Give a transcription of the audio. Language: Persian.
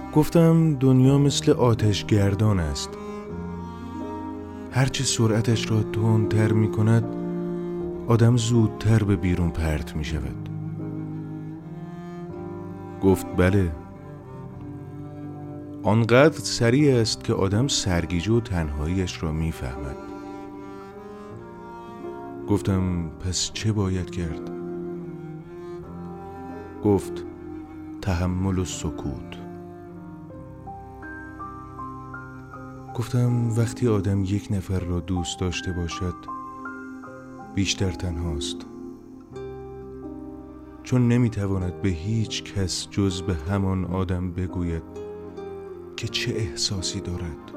گفتم دنیا مثل آتش گردان است. هرچه سرعتش را تندتر می کند آدم زودتر به بیرون پرت می شود. گفت بله، آنقدر سریع است که آدم سرگیجه و تنهاییش را می فهمد. گفتم پس چه باید کرد؟ گفت تحمل و سکوت. گفتم وقتی آدم یک نفر را دوست داشته باشد بیشتر تنهاست، چون نمیتواند به هیچ کس جز به همان آدم بگوید که چه احساسی دارد.